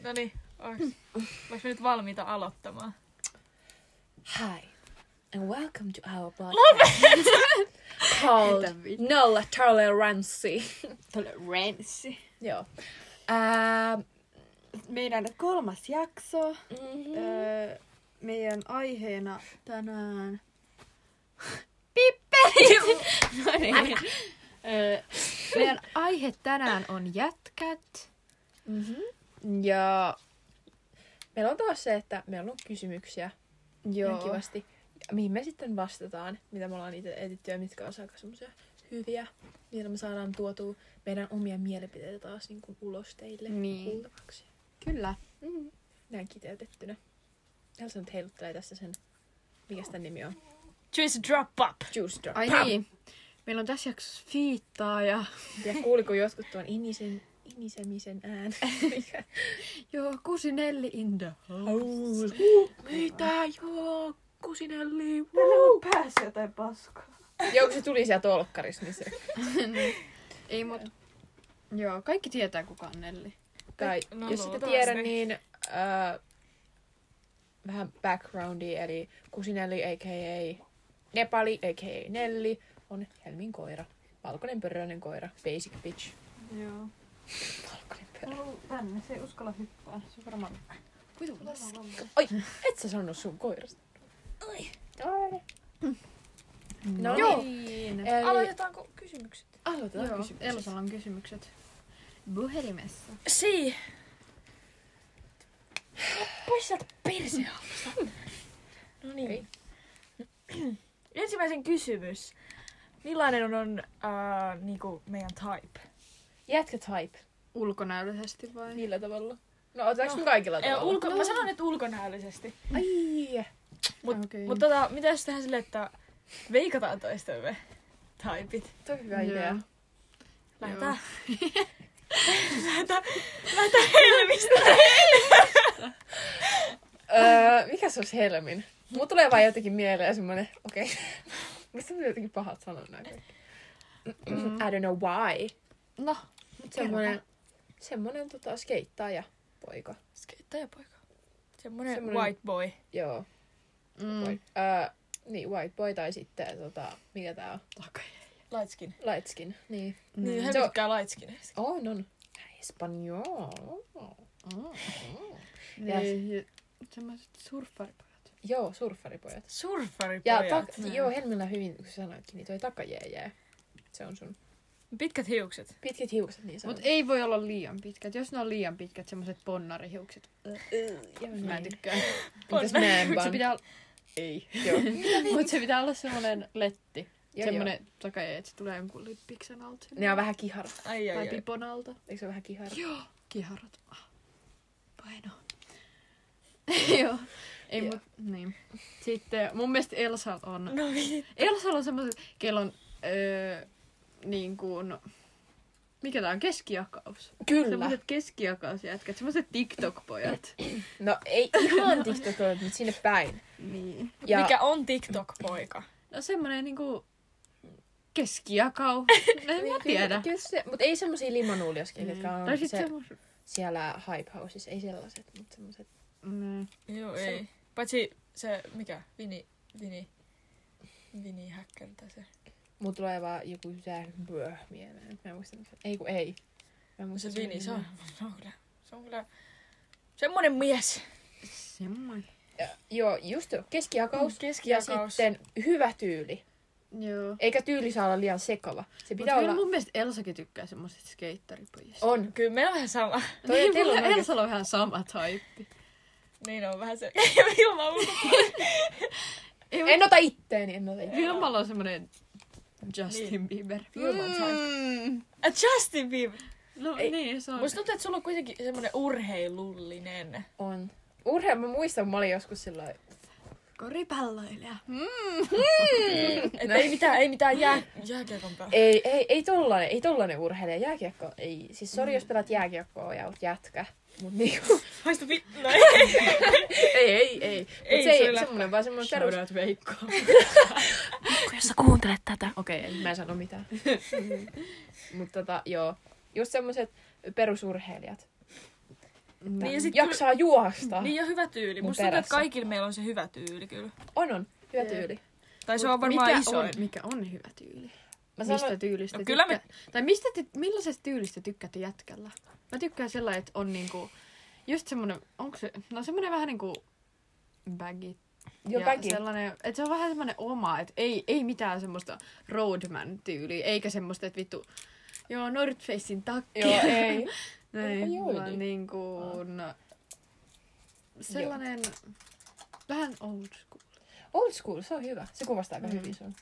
Noniin, olis me nyt valmiita aloittamaan? Hi, and welcome to our podcast called Nolla Tolerancy. Tolerancy. Joo. Meidän 3. jakso. Meidän aiheena tänään... Pippelit! No niin. Meidän aihe tänään on jätkät. Ja meillä on taas se, että meillä on kysymyksiä Joo. kivasti, mihin me sitten vastataan, mitä me ollaan itse etitty ja mitkä on aika semmoisia hyviä. Niillä me saadaan tuotua meidän omia mielipiteitä taas niin kuin ulos teille kuultavaksi. Kyllä. Näin kiteytettynä. Elsa nyt heiluttelee tässä sen, mikä sitä nimi on? Juice drop up! Juice drop. Ai Pam! niin. Meillä on tässä jaksossa fiittaa ja... Ja kuuliko jotkut tuon inisemisen ään? Joo, kusinelli in the house. Mitä joo? Kusinelli. on päässä jotain paskaa. Joo, kun se tuli sieltä olkkarissa, niin se... Ei mut... Joo, kaikki tietää kuka on Nelli. Tai No, jos ette taas tiedä, ne. niin vähän backgroundia, eli Kusinelli a.k.a. Nepali a.k.a. Nelli on Helmin koira. Valkoinen pörröinen koira. Basic bitch. Joo. Valkoinen pörrö. Tänne, se ei uskalla hyppää. Se on varmaan... Oi, et sä sanonut sun koirasta. Oi. No Joo. niin. Eli Aloitetaanko kysymykset? aloitetaan Joo, kysymykset. Elsalla on kysymykset. Puhelimessa. Pois sieltä persealta. No niin. Ensimmäisen kysymys. Millainen on niinku meidän type? Jätkä type. Ulkonäöllisesti vai? Millä tavalla? No otetaanko me kaikilla tavalla? Mä sanon, että ulkonäöllisesti. Ai. Okei. Mutta mitä jos tehdään silleen, että veikataan toistemme typeit? Toi on hyvä idea. Joo. Lähdetään. Lähdetään Helmistä. Mikä se olisi Helmin? Mulla tulee vaan jotenkin mieleen semmonen, okei. Mistä on jotenkin pahat sanoa näin? I don't know why. No, Semmonen skeittaaja poika. Skeittajapoika. Semmonen Semmonen- white boy. Joo. Niin, white boy tai sitten mikä tää on? Light skin. Light skin. Niin. Niin, hän Se on- tykkää light skineistä. On. Espanjol. Niin, semmoiset surffaripojat. Joo, surffaripojat. Ja Surfaripojat. joo, Helmillä hyvin, kun sä sanoitkin, niin toi takajääjää. Se on sun Pitkät hiukset. pitkät hiukset, niin se on. Mut ei voi olla liian pitkät. Jos ne on liian pitkät, semmoiset ponnarihiukset. Mä en tykkää. Mitäs man Mut se bun? pitää olla... Ei. Joo. Mut se pitää olla semmonen letti. Joo, Semmonen takaje, että se tulee jonkun lippiksen alta. Ne on vähän kiharat. Ai Tai pipon alta. Eikö se ole vähän kiharat? Joo, kiharat. Paino. Joo. Ei Joo. mut, niin. Sitten mun mielestä Elsa on... No vittu. Elsalla on semmoset, kello on niin kuin... Mikä tää on? Keskijakaus. Kyllä. Semmoset keskijakausjätkät, semmoset TikTok-pojat. No ei ihan TikTokilla, mutta sinne päin. Niin. Ja Mikä on TikTok-poika? No semmonen niinku... Keskijakau. En mä tiedä. Kyllä se, mutta ei semmosia limanuulioskia, Niin. jotka on Tai sit se, semmoset... siellä Hype Houseissa. Ei sellaiset, mutta semmoset. Niin. Joo, ei. Paitsi se, mikä? Vini Hacker tai se. Mulla tulee vaan joku mieleen. Mä en muista mikä. Ei kun ei. Mä en muista Se sen Vini, se nimeä. on kyllä semmonen mies. Semmoinen. Joo, just keskijakaus. Keskijakaus. Ja sitten hyvä tyyli. Joo. Eikä tyyli saa olla liian sekava. Se Mut pitää kyllä olla... mun mielestä Elsakin tykkää semmosista skeittaripojista. On. Kyllä meillä on vähän sama. Toi Niin, teillä on mulla oikein- Elsalla on ihan sama taippi. Niin on vähän se. Ilman ulkopuolella. En ota itteeni, Vilmalla on semmonen Justin Niin. Bieber. Ilman type. Justin Bieber. No Ei. niin, se on. Musta tuntuu, että sulla on kuitenkin semmonen urheilullinen. On. Mä muistan, kun mä olin joskus silloin... Koripalloilija. Et ei mitään jääkiekon päällä. Ei tollanen urheilija. Jääkiekko, ei. Siis sori, jos pelaat jääkiekkoa ja oot jätkä. Mut niinku... Haista vittu. No, ei. Mut Ei, se ei se semmonen, vaan semmonen perus... Shoutout Veikko. Jos sä kuuntelet tätä. Okei, mä en sano mitään. Mut joo. Just semmoset perusurheilijat. Niin ja sit jaksaa juosta. Niin ja hyvä tyyli. Mun Musta tuntuu, että perässä. kaikilla meillä on se hyvä tyyli kyllä. On. Hyvä tyyli. Tai se on varmaan isoin. Mikä on hyvä tyyli? Mä Mistä sanon, tyylistä No kyllä Tai millaisesta tyylistä tykkäätte jätkällä? Mä tykkään sellainen, että on niinku just semmonen, onko se, no semmonen vähän niinku baggy. jo Ja baggy. sellainen, että se on vähän semmonen oma, että ei mitään semmoista roadman-tyyliä, eikä semmoista, että vittu, joo, North Facein takki. Joo, ei. Näin, Joo, vaan niin. niinku sellainen vähän old school. Old school, se on hyvä. Se kuvastaa aika hyvin sun.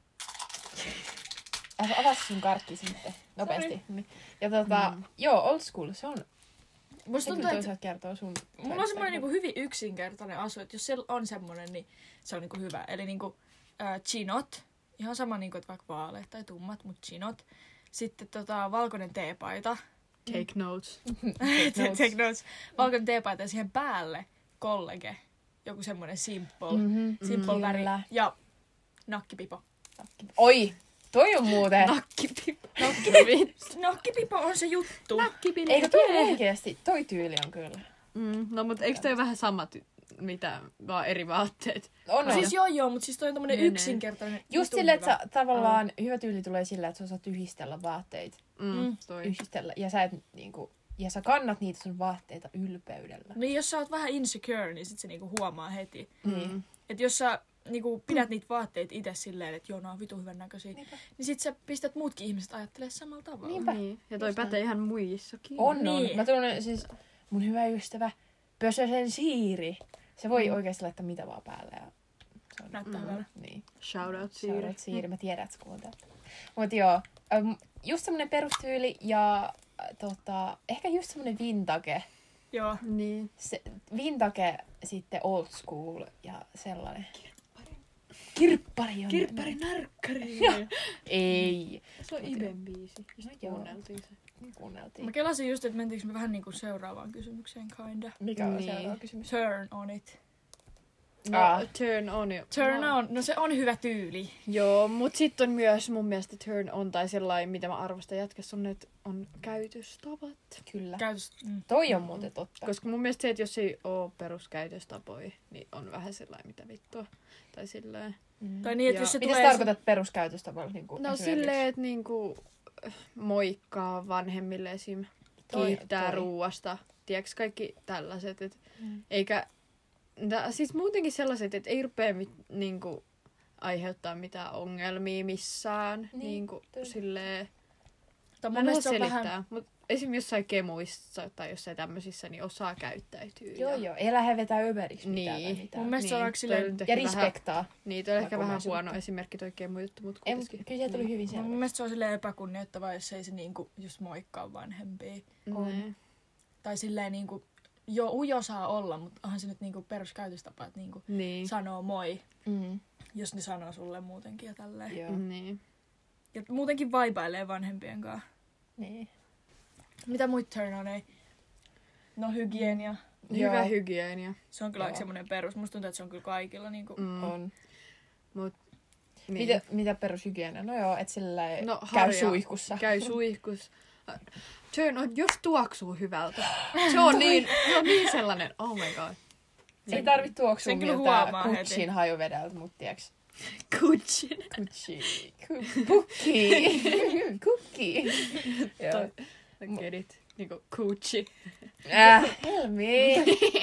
Avaa sun karkki sitten. Nopeasti. Niin. Ja joo, old school, se on. Musta Se tuntuu, kyllä että toisaalta kertoo sun. mulla on semmoinen niinku hyvin yksinkertainen asu, että jos se on semmoinen, niin se on niinku hyvä. Eli niinku chinot, ihan sama niinku, että vaikka vaaleat tai tummat, mutta chinot. Sitten valkoinen teepaita. Take notes. Take notes. Valkoinen teepaita ja siihen päälle kollege. Joku semmoinen simple väri. Kyllä. Ja nakkipipo. Oi, toi on muuten. Nakkipipo. Nakkipipo on se juttu. Nakkipilli. Eikö toi oikeesti? Toi tyyli on kyllä. No mutta eikö toi vähän sama mitä vaan eri vaatteet? On. Siis joo, mutta siis toi on tommonen Menee. yksinkertainen. Just vitun silleen, että hyvä. sä, tavallaan hyvä tyyli tulee sillä, että sä osaat yhdistellä vaatteita. Toi. Yhdistellä. Ja sä et niinku... Ja sä kannat niitä sun vaatteita ylpeydellä. Niin jos sä oot vähän insecure, niin sit se niinku huomaa heti. Niin. Et jos sä niinku pidät niitä vaatteita itse silleen, että joo, nää on vitun hyvän näköisiä, Niinpä. niin sit sä pistät muutkin ihmiset ajattelemaan samalla tavalla. Niinpä. Niin. Ja toi Just pätee ihan muijissakin. On. Niin. Mä tunnen siis mun hyvä ystävä Pösösen Siiri. Se voi oikeesti laittaa mitä vaan päälle. Ja se on Näyttää hyvältä. Niin. Shout out Siiri. Shoutout Siiri, mä tiedän, että sä kuuntelet. Mut joo, just semmonen perustyyli ja ehkä just semmonen vintage. Joo. Niin. Se, vintage, sitten old school ja sellainen. Kirppari on. Kirppari narkkari. Ei. Se on Iben biisi. No joo. Kuunneltiin se. Kuunneltiin. Mä kelasin just, että mentiinkö me vähän niinku seuraavaan kysymykseen, kinda. Mikä on Niin. seuraava kysymys? Turn on it. No, turn on. Turn on, no se on hyvä tyyli. Joo, mut sitten on myös mun mielestä turn on tai sellainen, mitä mä arvostan jätkässä on, että on käytöstavat. Kyllä. Käytös. Toi on muuten totta. Koska mun mielestä se, että jos ei oo peruskäytöstapoja, niin on vähän sellainen, mitä vittua. Tai silleen. Tai niin, että Ja- jos se Mitä sä tulee... tarkoitat peruskäytöstavalla? Niin No esimerkiksi? silleen, että niinku moikkaa vanhemmille esim. Kiittää toi. ruuasta. Tiedätkö kaikki tällaiset. Mm. Eikä... Siis muutenkin sellaiset, että ei rupee niinku aiheuttaa mitään ongelmia missään. Niin, Niinku kyllä. silleen... Tai Mä mun en osaa mielestä se on selittää, vähän... mutta esim. Jossain kemuissa tai jossain tämmöisissä, niin osaa käyttäytyä. Joo, ja... joo. Ei lähde vetää överiksi mitään. Niin. Tai mitään. Mun mielestä se on aika silleen... toi nyt Ja ehkä vähän, respektaa. niin, toi on ehkä vähän omaisuutta. huono esimerkki toi kemujuttu, mutta Ei, kuitenkin. kyllä se tuli hyvin Mun selvä. mielestä se on silleen epäkunnioittavaa, jos ei se niinku just moikkaa vanhempia. on. Niin. Tai silleen niinku... Joo, ujo saa olla, mutta onhan se nyt niinku peruskäytöstapa, että niinku Niin. sanoo moi, Mm. jos ne sanoo sulle muutenkin ja tälleen. Joo. Niin. Ja muutenkin vaipailee vanhempien kanssa. Niin. Mitä muita turn on ei? No hygienia. Hyvä Joo. hygienia. Se on kyllä Joo. aika semmoinen perus. Musta tuntuu, että se on kyllä kaikilla niinku... On. Niin. Mitä perushygienia? No joo, et sillä No, käy harja. suihkussa. Käy suihkus. Turn on, jos tuoksuu hyvältä. Se on niin sellainen, oh my god. Ei tarvit tuoksua Sen kyllä miltään huomaa heti. Gucciin hajuvedeltä, mut tiiäks. Gucci. Gucci. Pukki. Kukki. Joo. Get it. Niinku Gucci. Helmi.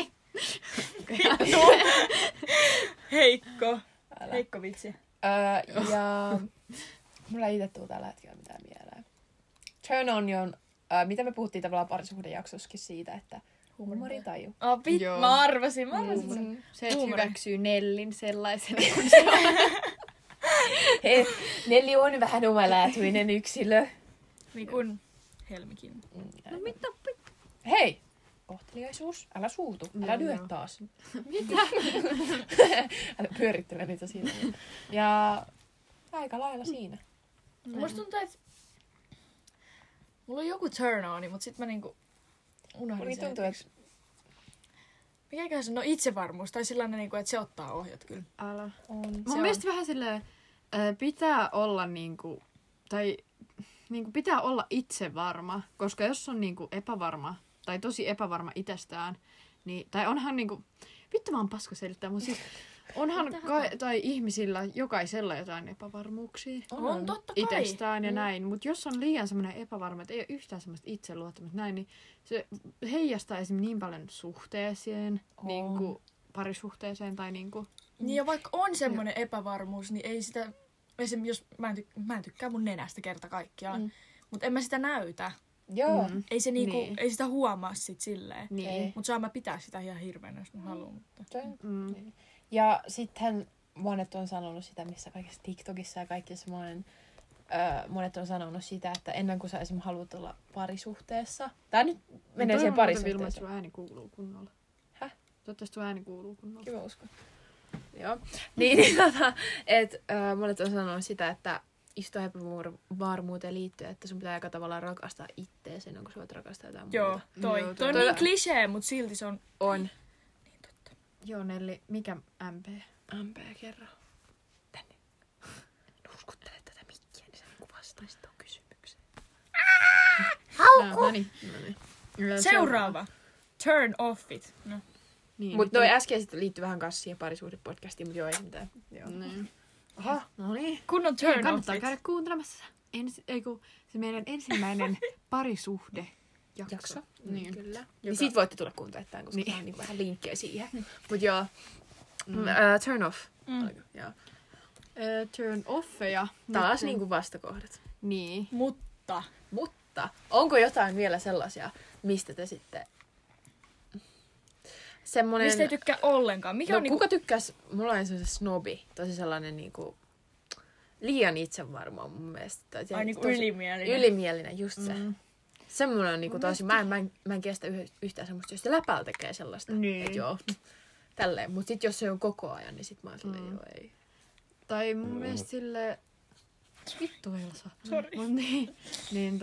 Heikko. Älä. Heikko vitsi. Ja mulla ei itse tuu tällä hetkellä mitään mieleen. Turn on on, mitä me puhuttiin tavallaan parisuhdejaksossakin siitä, että huumoritaju. Mä arvasin sen. Mm. Se, että Huumori. hyväksyy Nellin sellaisena kuin se on. Hei, Nelli on vähän omaläätyinen yksilö. Niin kuin Helmikin. No mitä? Hei! Kohteliaisuus, älä suutu, älä Joo, lyö joo. taas. Mitä? Älä pyörittele niitä siinä. Ja aika lailla siinä. Musta tuntuu, että mulla on joku turn on, mutta sit mä niinku unohdin Mulla sen. tuntuu, että Mikäköhän se on? No itsevarmuus tai sellainen, niinku, että se ottaa ohjat kyllä. Älä. on. Mun mielestä vähän silleen, pitää olla niinku, tai niinku pitää olla itse varma, koska jos on niinku epävarma, tai tosi epävarma itsestään, niin, tai onhan niinku, vittu mä oon paska selittää, mutta siis onhan tai ihmisillä jokaisella jotain epävarmuuksia. On totta kai. Itsestään ja näin, mutta jos on liian semmoinen epävarma, että ei ole yhtään semmoista itseluottamusta näin, niin se heijastaa esimerkiksi niin paljon suhteeseen, niinku parisuhteeseen tai niinku. Niin ja vaikka on semmoinen epävarmuus, niin ei sitä, esimerkiksi jos mä en tykkää mun nenästä kerta kaikkiaan, mutta en mä sitä näytä. Joo. Ei se niinku, ei sitä huomaa sit silleen. Niin. Mutta saan mä pitää sitä ihan hirveänä, jos mä haluan. Mutta. Ja sitten monet on sanonut sitä, missä kaikessa TikTokissa ja kaikissa monet on sanonut sitä, että ennen kuin sä esimerkiksi haluat olla parisuhteessa. Tää nyt menee siihen parisuhteeseen. Vilma, sun ääni kuuluu kunnolla. Häh? Toivottavasti sun ääni kuuluu kunnolla. Kyllä mä uskon. Joo. Monet on sanonut sitä, että istu epävarmuuteen liittyen, että sun pitää aika tavallaan rakastaa itteesi ennen kuin sä voit rakastaa jotain muuta. Toi on niin klisee, mutta silti se on. On. Niin totta. Joo, Nelli, mikä MP? MP kerro. Tänne. Nuskuttele tätä mikkiä, niin sä vastaisit tuon kysymykseen. Haukku! No niin. Seuraava. Turn off it. No. Niin, Mutta noi äskeiset liittyy vähän kanssa siihen parisuhdepodcastiin, mutta joo, ei mitään. Joo. Niin. Aha, no niin. Kunnon turn off Kannattaa it. käydä kuuntelemassa. Se meidän ensimmäinen parisuhdejakso. Niin. Kyllä. Ja sit voitte tulla kuuntelemaan, koska niin. On niin vähän linkkejä siihen. Mut joo. Turn off. Joo. Turn offeja. Taas niinku vastakohdat. Niin. Mutta. Onko jotain vielä sellaisia, mistä te sitten... Semmonen... Mistä ei tykkää ollenkaan? Mikä on kuka tykkäs? Mulla on se snobi. Tosi sellainen niinku... Liian itsevarma mun mielestä. Ai niinku ylimielinen. Ylimielinen, just se. Semmoinen on niinku tosi... Mä en kestä yhtään semmoista, jos se läpällä tekee sellaista. Niin. Et joo. Tälleen. Mut sit jos se on koko ajan, niin sit mä oon silleen, joo ei. Tai mun mielestä silleen... Vittu Elsa. Sori. Niin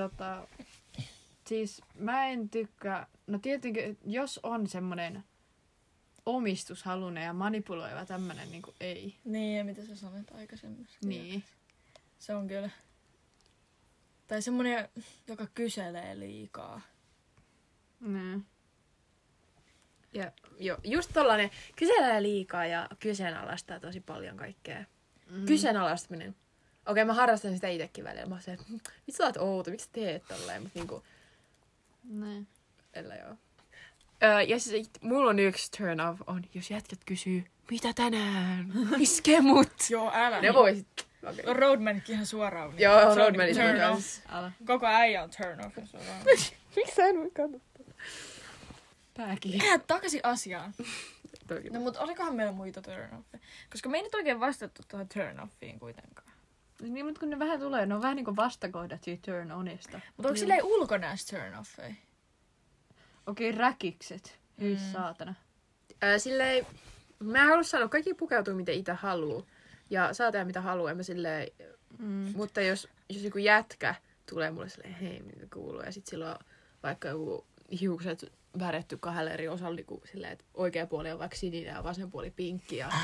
siis mä en tykkää... No tietenkin, jos on semmonen omistushalunen ja manipuloiva tämmönen, niin kuin ei. Niin, ja mitä sä sanoit aikaisemmin. Niin. Se on kyllä. Tai semmonen, joka kyselee liikaa. Mm. Ja joo, just tollanen kyselee liikaa ja kyseenalaistaa tosi paljon kaikkea. Kyseenalaistaminen. Okei, mä harrastan sitä itekin välillä. Mä oon se, että miksi sä oot outo, miksi teet tolleen, mut niinku... Näin. Ella joo. Ja siis mulla on yksi turn off on, jos jätkät kysyy, mitä tänään? Iske mut! Joo, älä. Ne voisit. Okay. Roadmankin ihan suoraan. Niin. Joo, Se on Roadmanit turn on off. Koko äijä on turn off. Miksi sä en voi kannattaa? Pääkin. Takaisin asiaan. No mut olikohan meillä muita turn offeja? Koska me ei nyt oikein vastattu tuohon turn offiin kuitenkaan. Niin, mutta kun ne vähän tulee, ne on vähän niinku vastakohdat siitä turn onista. Mutta onko silleen ulkonäöstä turn offeja? Okei, räkikset. Hyi saatana. Silleen, mä en halua sanoa, kaikki pukeutuu miten itse haluu. Ja saa tehdä mitä haluaa, en mä silleen... Mutta jos joku jätkä tulee mulle silleen, hei, mitä kuuluu, ja sit silloin vaikka joku hiukset väretty kahdelle eri osalle, niin silleen, että oikea puoli on vaikka sininen ja vasen puoli pinkki. Ja,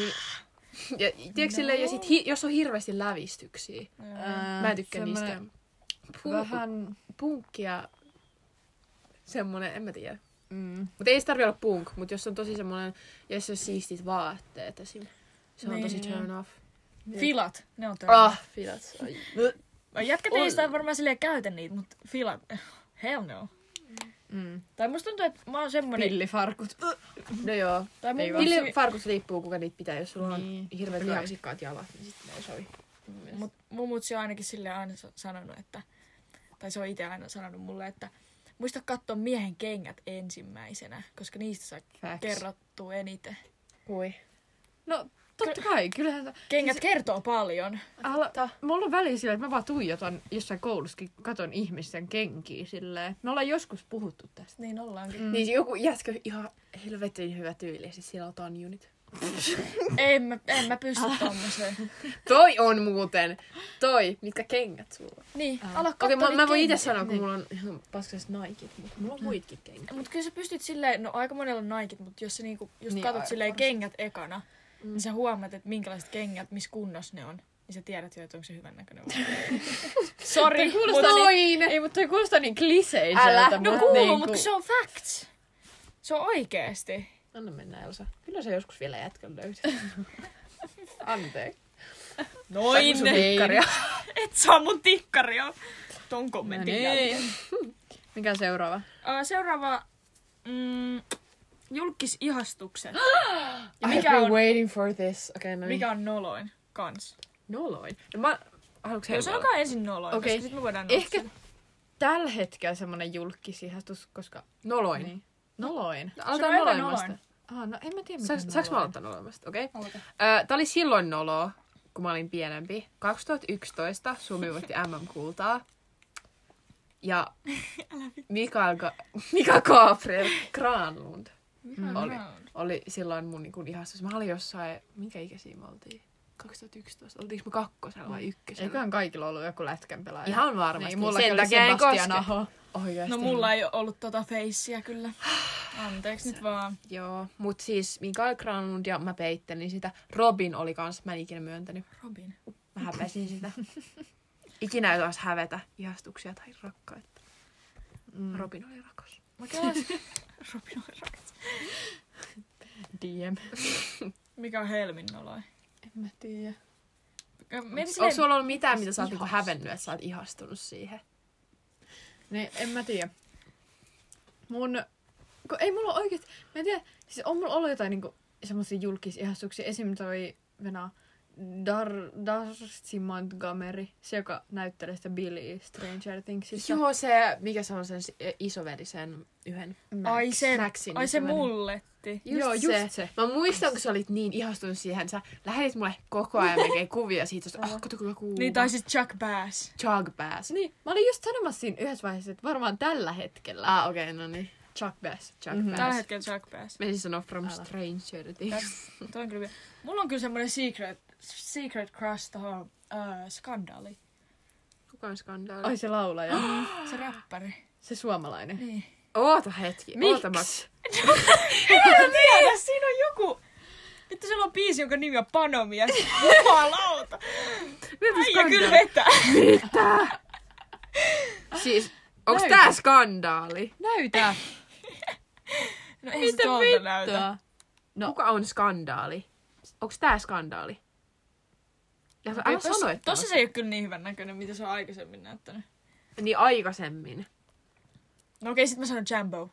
ja, tiedätkö, silleen, ja sit jos on hirveästi lävistyksiä, mä en tykkää niistä. Vähän... Punkkia, semmonen, en mä tiedä. Mutta ei se tarvitse olla punk, mutta jos on tosi semmonen, jos on siistit vaatteet esim. Se on tosi turn off. Filat, ne on turn off. Filat. Jätkät ei sitä varmaan silleen käytä niitä, mutta filat, hell no. Tai musta tuntuu, että mä oon semmonen... Pillifarkut. No joo. Pillifarkut riippuu, kuka niitä pitää. Jos sulla on hirveet lihaisikkaat jalat, niin sitten ne ei sovi. Mut mun mutsi on ainakin silleen aina sanonut, että... Tai se on itse aina sanonut mulle, että... Muista katsoa miehen kengät ensimmäisenä, koska niistä saa kerrottua eniten. Ui. No, totta kai. Kyllähän... Kengät kertoo paljon. Mulla on väliä silleen, että mä vaan tuijotan jossain koulussakin, katon ihmisten kenkiä silleen. Me ollaan joskus puhuttu tästä. Niin ollaankin. Niin joku jätkö ihan helvetin hyvä tyyli, siis siellä on tanjunit. En mä pysty tommoseen. Toi on muuten. Mitkä kengät sulla? Niin, ala katsoa Okei, mä voin itse kengät. sanoa, kun mulla on ihan paskaiset Nikit, mutta mulla on muitkin kengät. Mut kyllä sä pystyt silleen, no aika monella on Nikit, mutta jos sä niinku just katot silleen kengät ekana, niin sä huomaat, että minkälaiset kengät, missä kunnossa ne on. niin sä tiedät jo, että onko se hyvän näköinen vai ei. Sori, Kuulostaa ei, mutta toi kuulostaa niin kliseiseltä. Älä. No kuuluu, mutta se on facts. Se on oikeesti. Anna mennä, Elsa. Kyllä se joskus vielä jätkän löytää. Anteeksi. Noin. Saanko sun tikkaria? Et saa mun tikkaria. Ton kommentin jälkeen. Mikä seuraava? Seuraava julkisihastukset. Ja I've been waiting for this. Okay, no niin. mikä on noloin kans? Noloin. No haluatko Joo, sanokaa ensin noloin, Okei. koska sit me voidaan Ehkä tällä hetkellä semmonen julkisihastus, koska... Noloin. Niin. Noloin. No, aloitetaan Sano noloimasta. noloin. No en mä tiedä mikä Saanko mä aloittaa noloimasta? Okei. Aloita. Tää oli silloin noloa, kun mä olin pienempi. 2011 Suomi voitti MM-kultaa. Ja Mika Gabriel Granlund oli silloin mun niin ihastus. Mä olin jossain, minkä ikäisiä me oltiin? 2011. Oltiinko me kakkosella vai ykkösellä? Eiköhän kaikilla ollut joku lätkän pelaaja. Ihan varmasti. Niin, mullakin Sen oli takia en Sebastian koske. Aho. Oikeasti. No mulla ei oo ollut tota feissiä kyllä. Anteeksi nyt vaan. Joo, mut siis Mikael Granlund ja mä peittelin sitä. Robin oli kans, mä en ikinä myöntänyt. Robin. Mä häpesin sitä. Ikinä ei taas hävetä ihastuksia tai rakkautta. Robin oli rakas. Mä kelasin. Robin on rakas. DM. Mikä on Helmin noloi? En mä tiedä. Onko sulla ollut mitään, mitä sä oot niinku hävennyt, että sä oot ihastunut siihen? Niin, en mä tiedä. Ei mulla oikeesti... Mä en tiedä, siis on mulla ollut jotain niinku semmosia julkisihastuksia. Esim. Toi Darcy Montgomery, se joka näyttelee sitä Billy Stranger Thingsissa. Joo, se, mikä se on sen isoveli, sen yhden Ai se, Maxin ai se isoveli. mulletti. Just se. Mä muistan, kun sä olit niin ihastunut siihen, sä lähetit mulle koko ajan melkein kuvia siitä, että kato kuinka kuuma. Niin, tai siis Chuck Bass. Chug Bass. Niin, mä olin just sanomassa siinä yhdessä vaiheessa, että varmaan tällä hetkellä Okei, no niin. Chuck Bass. Chuck Tällä Bass. hetkellä Chuck Bass. Mä siis sanoa From Stranger Things. Toi on kyllä vielä. Mulla on kyllä semmonen secret crush tohon Skandaali. Kuka on Skandaali? Ai se laulaja. Se räppäri. Se suomalainen. Niin. Oota hetki. Oota mä. En tiedä, siinä on joku... Vittu, siellä on biisi, jonka nimi on Panomies. Jumalauta. Äijä kyllä vetää. Mitä? Siis, onks tää Skandaali? Näytä! No ei se tuolta näytä. No, Kuka on Skandaali? Onks tää Skandaali? Ja sä aina sanoit Tossa se ei oo kyllä niin hyvän näköinen, mitä se on aikaisemmin näyttänyt. Niin aikaisemmin. No okei, sit mä sanon Jambo.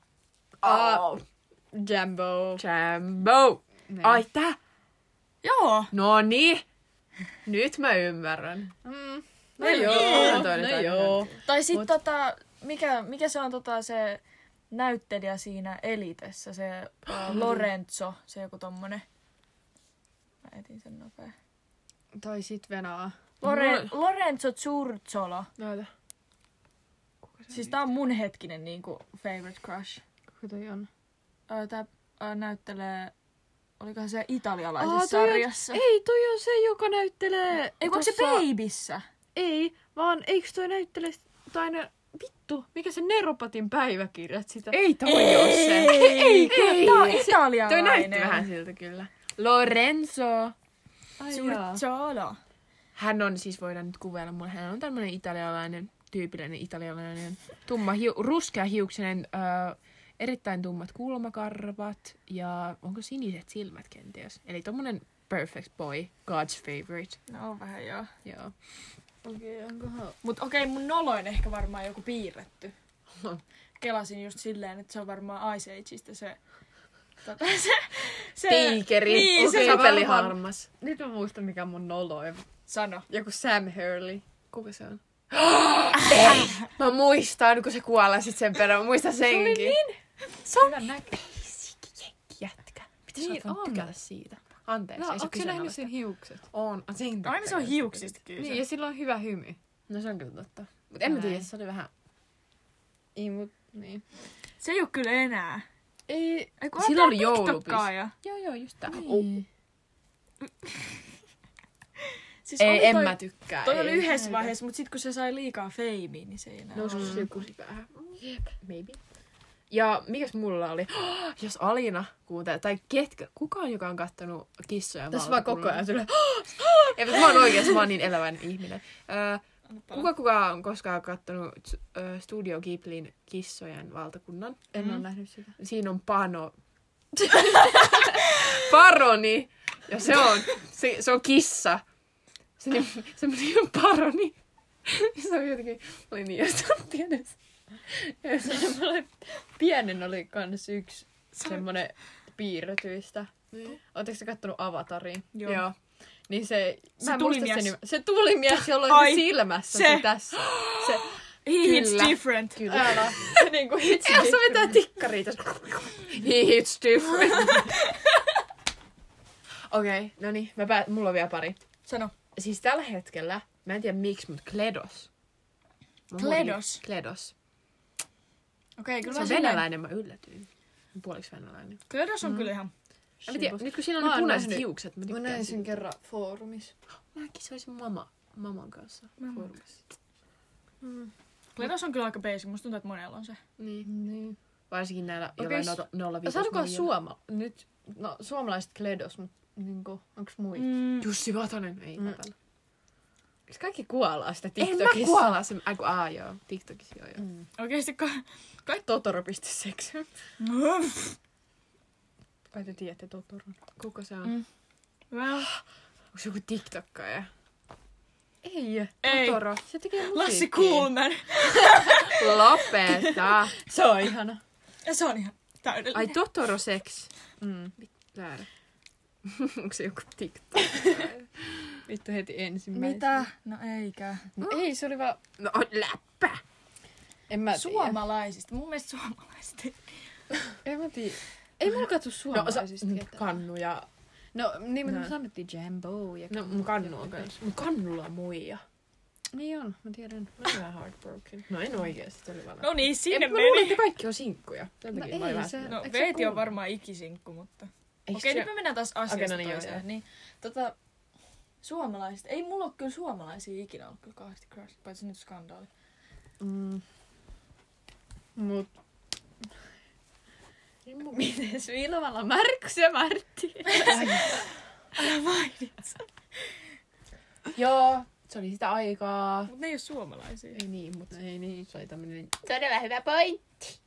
Jambo. Jambo. Niin. Ai tää? Joo. No niin. Nyt mä ymmärrän. No joo. No joo. Tai sit mikä se on se näyttelijä siinä Elitessä, se Lorenzo, se joku tommonen. Mä etin sen nopea. Tai sit Venaa. Lorenzo Zurzola. Näytä. Siis tää on mun hetkinen niinku favorite crush. Kuka toi on? Tää näyttelee, olikohan se italialaisessa sarjassa? Ei, toi on se, joka näyttelee... Ei, onko se Babyssä? Ei, vaan eikö toi näyttele... Tai ne... Vittu, mikä se Neropatin päiväkirjat sitä? Ei toi oo se. Ei, kyllä tää on italialainen. Toi näytti vähän siltä kyllä. Lorenzo. Zurzola. Hän on siis, voidaan nyt kuvailla mulle, hän on tämmönen tyypillinen italialainen, ruskeahiuksinen, erittäin tummat kulmakarvat ja onko siniset silmät kenties. Eli tommonen perfect boy, God's favorite. No on vähän joo. Joo. Okei, onkohan... Mut okei, mun noloin ehkä varmaan joku piirretty. Kelasin just silleen, että se on varmaan Ice Ageista se Tiikeri. Niin, se sapeliharmas. Nyt mä muistan, mikä on mun noloin. Sano. Joku Sam Hurley. Kuka se on? Ei! Mä muistan, kun se kuolee sit sen perään. Mä muistan senkin. Se on hyvä näkö. Jätkä. Miten sä Niin oot voinut on. tykätä siitä? Anteeksi, No, ei se onko se nähnyt kyseenalaista. sen hiukset? On. Sen Aina se on hiuksista kyllä. Niin, ja sillä on hyvä hymy. No se on kyllä totta. Mut en mä tiedä, Näin. se oli vähän... Ei, mut niin. Se ei oo kyllä enää. Ei. Eiku, Sillä oli joulupis. ja... Joo, just tää. Niin. Siis Ei, oli en toi, mä tykkää. Toi oli ei. yhdessä vaiheessa, mut sit kun se sai liikaa feimiä, niin se ei enää Nousko ollut. se kusi päähän? Jep. Maybe. Ja mikäs mulla oli? Jos Alina kuuntelee, tai kukaan, joka on kattonut Kissojen Tässä vaan koko ajan sille. Ei, mutta mä oon oikeesti, mä oon niin elävän ihminen. Kuka on koskaan kattonut Studio Ghiblin Kissojen valtakunnan? En ole nähnyt sitä. Siinä on Paroni. Ja se on kissa. Se on Paroni. Se on jotenkin, oli niin jostain edes. Pienen oli kans yksi semmonen piirretyistä. Ootteko te kattonut Avatarin? Joo. Niin se tulimies. Se tulimies, jolla Ai, oli silmässä se. tässä. Se He hits Kyllä. different. Kyllä. älä. Se niinku hitsi. Ei se mitään tikkaria tässä. He hits different. Okei, no niin. Mulla on vielä pari. Sano. Siis tällä hetkellä, mä en tiedä miksi, mutta Kledos. Kledos. Okei, Se kyllä on silleen- venäläinen, mä yllätyin. Puoliksi venäläinen. Kledos on kyllä ihan... En mä tiedä, nyt kun siinä on Mä ne oon punaiset nähnyt- hiukset, mä Mä tykkään näin siitä. sen kerran foorumissa. Mä kisoisin maman kanssa foorumissa. Kledos on kyllä aika basic. Musta tuntuu, että monella on se. Niin. Varsinkin näillä Okei, jollain 0-5. Sanokaa No suomalaiset Kledos, mutta niinku, onks muita? Jussi Vatanen. Ei, Vatanen. Eikö kaikki kuolaa sitä En TikTokissa? mä kuolla sen. Joo. TikTokissa joo. Oikeesti Totoro.sex. Kai te tiedätte Totoron. Kuka se on? Well, Onko se joku TikTokkaaja? Ei. ei. Totoro. Se tekee musiikkia. Lassi Kuhlman. Lopeta. Se on ihana. Ja se on ihan täydellinen. Ai Totoro Sex. Väärä. Onko se joku TikTok? Vittu heti ensimmäisenä. Mitä? No eikä. No ei, se oli vaan... No läppä. En mä tiedä. Suomalaisista. Mun mielestä suomalaisista. En mä tiedä. Ei mulla katso No suomalaisista ketään. kannu ja... No niin, mutta No. me sanottiin Jambo ja... No mun kannu on kans. Mun kannulla on muija. Niin on, mä tiedän. Mä oon vähän heartbroken. No en oikeesti, se oli vaan... No niin, sinne Mä luulen, meni. että kaikki on sinkkuja. Sen No takia mä olin ei, vähän... se- No Eikö se Veeti on kuulu? varmaan ikisinkku, mutta... Eikö Okei, se- nyt me mennään taas asiasta Okei, no niin, joo, toiseen. joo. Niin, suomalaiset. Ei mulla ole kyllä suomalaisia ikinä ollut kyllä kauheasti crush, paitsi nyt skandaali. Mut... Mites Vilmalla Markus ja Martti? Älä mainitse. Joo, se oli sitä aikaa. Mut ne ei oo suomalaisia. Ei niin, mutta Ei niin. se oli tämmönen todella hyvä pointti.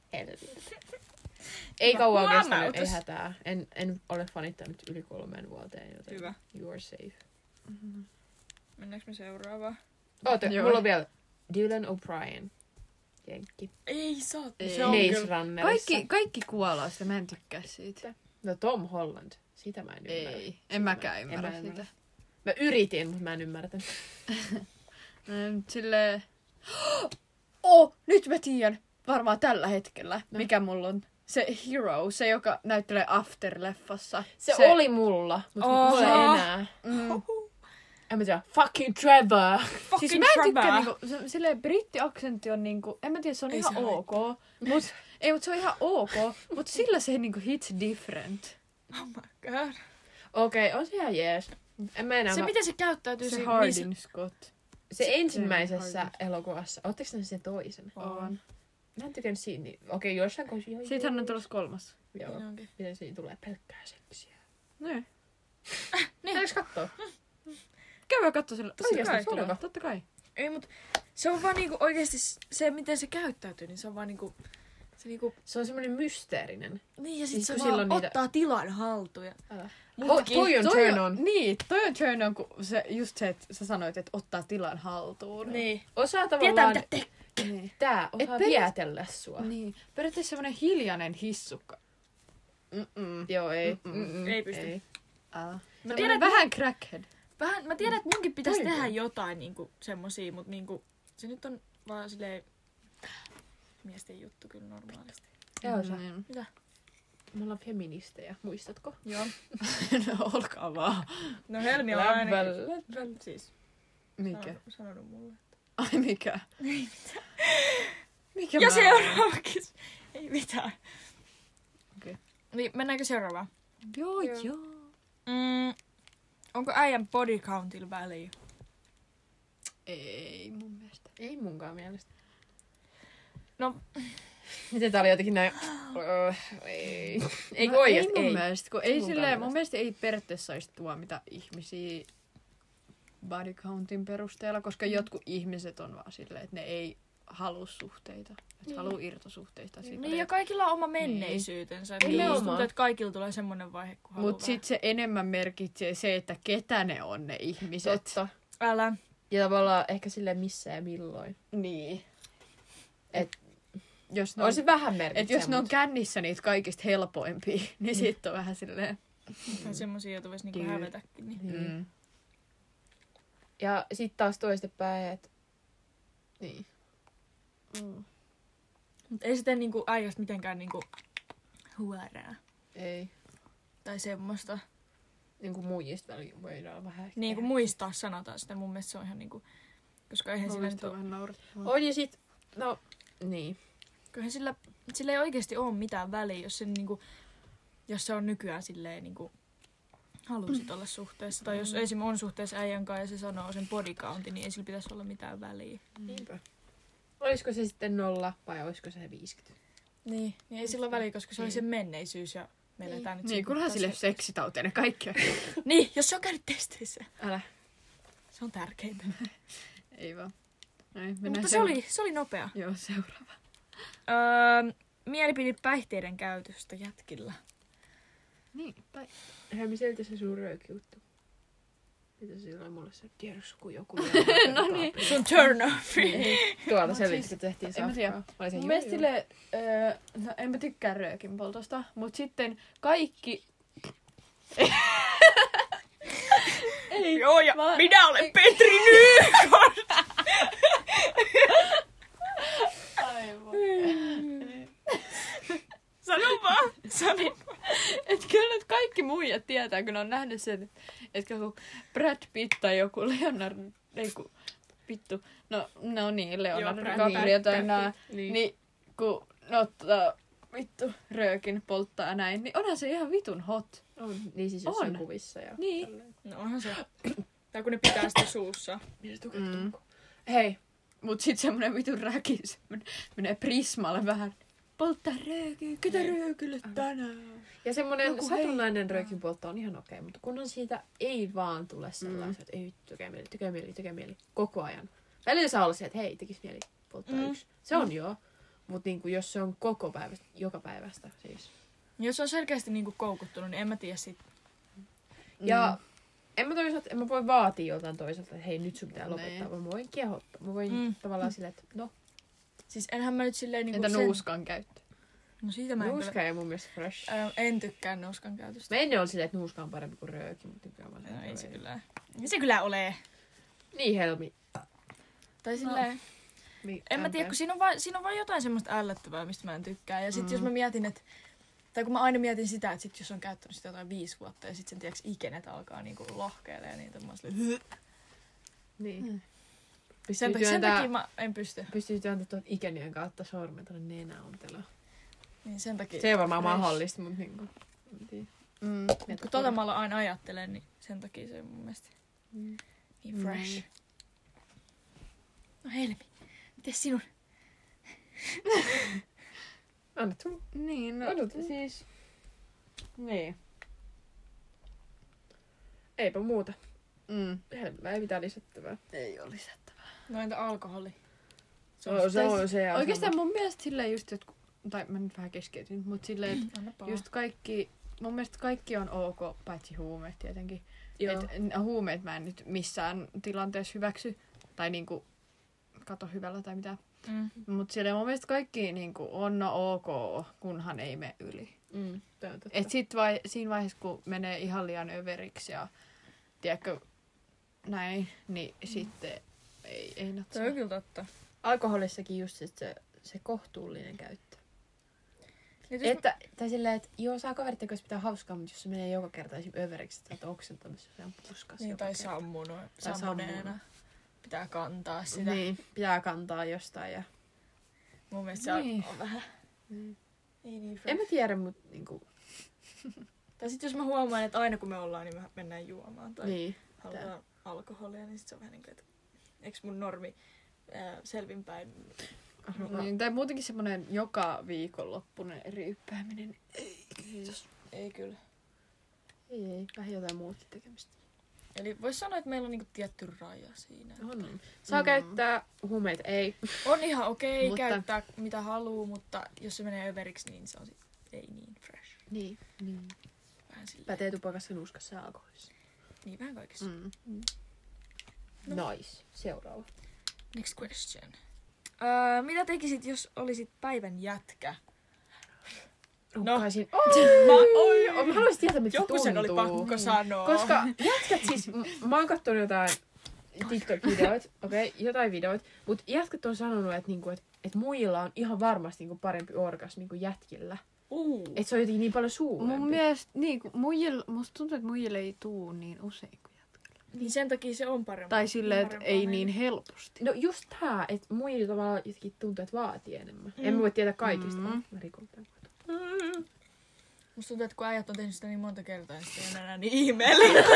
Ei kauan kestänyt, huomautus. ei hätää. En ole fanittanut yli 3 vuoteen, joten Hyvä. you are safe. Mennäänkö me seuraavaan? Oota, Joo. mulla on vielä Dylan O'Brien. Jenkki. Ei saa. Ei. Se on Maze kyllä. Runnerissa. Kaikki kuolaa sitä, mä en tykkää siitä. No Tom Holland. Sitä mä en ymmärrä. Ei, en mäkään En ymmärrä mä sitä. ymmärrä. Mä yritin, mutta mä en ymmärtänyt. Silleen... Nyt mä tiedän varmaan tällä hetkellä, mikä mulla on. Se Hero, se joka näyttelee After-leffassa. Se oli mulla, mutta mulla ei enää. En mä tiedä. Fucking Trevor. Fucking Siis mä en tykkää Trevor. niinku, silleen britti-aksentti on niinku, en mä tiedä, se on Ei ihan se ok. Mut se on ihan ok, mut sillä se niinku hits different. Oh my god. Okei, on se ihan jees. En mä enää... Se miten se käyttäytyy Se siinä Hardin Scott. Se ensimmäisessä elokuvassa. Ootteko nähnyt sen toisen? On. Mä en tykännyt siinä. Okei, jossain kohdassa. Siitähän on tulossa 3. Joo. Niin onkin. Miten siinä tulee pelkkää seksiä. Niin. Niin. Kattoo? Käydään katsoa sillä. Oikeesti, Totta kai, suoraan. totta kai. Ei, mut se on vaan niinku oikeesti se, miten se käyttäytyy, niin se on vaan niinku... Se niinku... Se on semmonen mysteerinen. Niin, ja sit Siis se kun vaan silloin niitä- ottaa tilan haltuun. Ja... Älä. Mutkin. Toi on turn on. Niin, toi on turn on, kun just se, että sä sanoit, että ottaa tilan haltuun. Niin. Osaa Tietää tavallaan... mitä tekee. Niin. Tää osaa Et vietellä sua. Niin. Periaatteessa semmonen hiljainen hissukka. Joo, ei. Ei pysty. Ei. Mä tiedän, Vähän crackhead. mä tiedän, että munkin pitäisi Toivon. tehdä jotain niinku semmosia, mut niinku... Se nyt on vaan silleen... Miesten juttu kyllä normaalisti. Joo, sä. Mitä? Me ollaan feministejä, muistatko? Joo. No, olkaa vaan. No Helmi on ainakin... Siis... Mikä? Sanonut mulle. Ai mikä? Mikä Ja mä- seuraavakin. Ei mitään. Okei. Niin, mennäänkö seuraavaan? Joo, Joo. joo. Onko äijän body countilla väliä? Ei mun mielestä. Ei munkaan mielestä. No, Miten tää oli jotenkin näin? Ei. Eikö No, oikeesti? ei mun mielestä, kun ei Mun silleen, mun mielestä. mielestä ei periaatteessa saisi tuomita ihmisiä body countin perusteella, koska jotkut ihmiset on vaan silleen, että ne ei halua suhteita. Että haluu irtosuhteita. Niin, ja kaikilla on oma menneisyytensä. Niin. Nimenomaan. Tuntuu, että kaikilla tulee semmoinen vaihe, kun haluaa Mutta sitten se enemmän merkitsee se, että ketä ne on ne ihmiset. Totta. Älä. Ja tavallaan ehkä silleen missä ja milloin. Niin. Et Jos ne on, on se vähän et merkitsee. jos ne on mut- kännissä niitä kaikista helpoimpia, niin sitten on vähän silleen... Tai semmosia, joita voisi niinku Kyllä. hävetäkin. Niin. Niin. Ja sit taas toistepäin, että niin. Mut ei sitten niinku äijästä mitenkään niinku huoraa. Ei. Tai semmoista. Niinku muijista voidaan vähän. Niin kuin muistaa sanotaan sitä. Mun mielestä se on ihan niinku... Koska eihän sillä nyt on ole... vähän naurettavaa. On ja sit, no, niin. Kyllähän sillä ei oikeesti ole mitään väliä, jos se niinku... Jos se on nykyään silleen niinku... Halusit olla suhteessa. Tai jos esim. On suhteessa äijän kanssa ja se sanoo sen body countin, niin ei sillä pitäisi olla mitään väliä. Niinpä. Olisiko se sitten 0 vai olisiko se 50? Niin ei sillä ole väliä, koska se oli se menneisyys ja me eletään nyt Niin, siinä kunhan sille kohtaa seksitauteinen kaikki. Niin, jos se on käynyt testeissä. Älä. Se on tärkeintä. Ei vaan. Näin, Mutta mennään se oli nopea. Joo, seuraava. Mielipide päihteiden käytöstä jätkillä. Niin, Eihän me selitä se sun röökiuttu. Mitä sillä oli mulle se tiedossa, kun joku... No niin. Sun turn off. Tuolta Mut selvitti, siis- kun tehtiin en mä tiedä. safkaa. Oli se Mun joo, mielestä joo. silleen, no en mä tykkää röökin poltosta, mut sitten kaikki... Ei, Joo, ja Mä- minä olen Petri Nykort. aivan. Sano vaan. Sano. Et kyllä nyt kaikki muijat tietää, kun ne on nähnyt sen, että kun Brad Pitt tai joku Leonardo, ei kun vittu, no niin, Leonardo Brad DiCaprio tai Pitt. nää, Niin. niin kun ne ottaa vittu röökin polttaa ja näin, niin onhan se ihan vitun hot. On. Niin siis jossain On. kuvissa ja... Niin. tälleen. No onhan se. Tai kun ne pitää sitä suussa. Niin se tukehtuu. Hei. Mut sit semmonen vitun räkis menee Prismalle vähän. Polttaa röökiä, ketä röökille tänään? Ja semmonen Joku satunnainen röökin poltto on ihan okei, mutta kunhan siitä ei vaan tule sellaista, että ei vittu, tekee mieli, koko ajan. Välillä saa olla se, että hei, tekis mieli polttaa yksi. Se on joo, mutta niinku, jos se on koko päivästä, joka päivästä siis. Jos on selkeästi niinku koukuttunut, niin en mä tiedä sit. Ja en mä voi vaatia joltain toiselta, että hei, nyt sun pitää lopettaa, Nee. vaan mä voin kiehottaa. Mä voin tavallaan silleen, että no, Siis enhän mä nyt silleen niinku Entä nuuskan käyttö? No siitä mä en kyllä. nuuska ei mun mielestä fresh. En tykkää nuuskan käytöstä. Mä ennen oli silleen, että nuuska on parempi kuin rööki, mutta nykyään mä No ei se kyllä. Ei se kyllä ole. Niin Helmi. Tai silleen... En mä tiedä, kun siinä on vaan jotain semmoista ällöttävää, mistä mä en tykkää. Ja sit jos mä mietin, että... Tai kun mä aina mietin sitä, että sit jos on käyttänyt sitä jotain 5 vuotta ja sit sen tiiäks ikenet alkaa niinku lohkeilemaan niitä, mä oon silleen... Niin. Sen takia mä en pysty. Pystyy työntämään tuon ikenien kautta sormen tuonne nenäonteloon. Niin sen takia... Se ei varmaan mahdollista, mutta niinku... en tiedä. Mut kun tota mä aina ajattelen, niin sen takia se on mun mielestä niin fresh. No Helmi, mites sinun? Anna sun. Niin, no Odotan. siis... Niin. Eipä muuta. Mm. Ei mitään lisättävää. Ei ole lisättävää. No entä alkoholi? Se on se ja Oikeastaan mun mielestä silleen just, että tai mä nyt vähän keskeytin, mutta silleen, että Anna palaa. just kaikki, mun mielestä kaikki on ok, paitsi huumeet tietenkin. Joo. Et huumeet mä en nyt missään tilanteessa hyväksy, tai niinku kato hyvällä tai mitään. Mutta silleen mun mielestä kaikki niinku on ok, kunhan ei mene yli. Tää on totta. Et sit siinä vaiheessa, kun menee ihan liian överiksi ja tiedätkö, näin, niin sitten ei natsaa. Se on kyllä totta. Alkoholissakin just se kohtuullinen käyttö. Nyt jos Tai silleen, että joo, saa kaverit kanssa pitää hauskaa, mutta jos se menee joka kerta esim. Överiksi, että sä oot oksentamassa jossain puskassa. niin, joka tai kerta. sammuneena. sammuneena. Pitää kantaa sitä. Niin, pitää kantaa jostain ja... Mun mielestä se Niin. on vähän... Niin. Ei niin fresh. En mä tiedä, mutta niinku... Tai sit jos mä huomaan, että aina kun me ollaan, niin me mennään juomaan. Tai Niin. halutaan alkoholia, niin sit se on vähän niin kuin, että... Eiks mun normi selvinpäin Niin, tai muutenkin semmonen joka viikonloppunen ryyppääminen. Ei, kiitos. Ei kyllä. Ei, vähän jotain muuta tekemistä. Eli vois sanoa, että meillä on niinku tietty raja siinä. On. Saa käyttää huumeita, ei. On ihan okei Mutta- käyttää mitä haluu, mutta jos se menee överiksi, niin se on sit ei niin fresh. Niin. Vähän silleen. Pätee tupakassa, nuuskassa ja alkoholissa. Niin, vähän kaikessa. Nice. Seuraava. Next question. Mitä tekisit, jos olisit päivän jätkä? Rukkaisin. Mä Mä haluaisin tietää, mitä se joku sen oli tuntuu. pakko sanoa. Koska jätkät siis, mä oon kattonut jotain TikTok-videoita, jotain videoita, mutta jätkät on sanonut, että niinku, et muilla on ihan varmasti niinku parempi orgasmi kuin jätkillä. Että se on jotenkin niin paljon suurempi. Mun mielestä, niin, musta tuntuu, että muijille ei tuu niin usein kuin jätkillä. Niin sen takia se on parempi. Tai silleen, että ei niin helposti. No just tää, että muilla tavallaan jotenkin tuntuu, että vaatii enemmän. En mä voi tietää kaikista. Mä rikon tämän. Musta tuntuu, että kun äijät on tehnyt sitä niin monta kertaa, niin se ei enää niin ihmeellistä.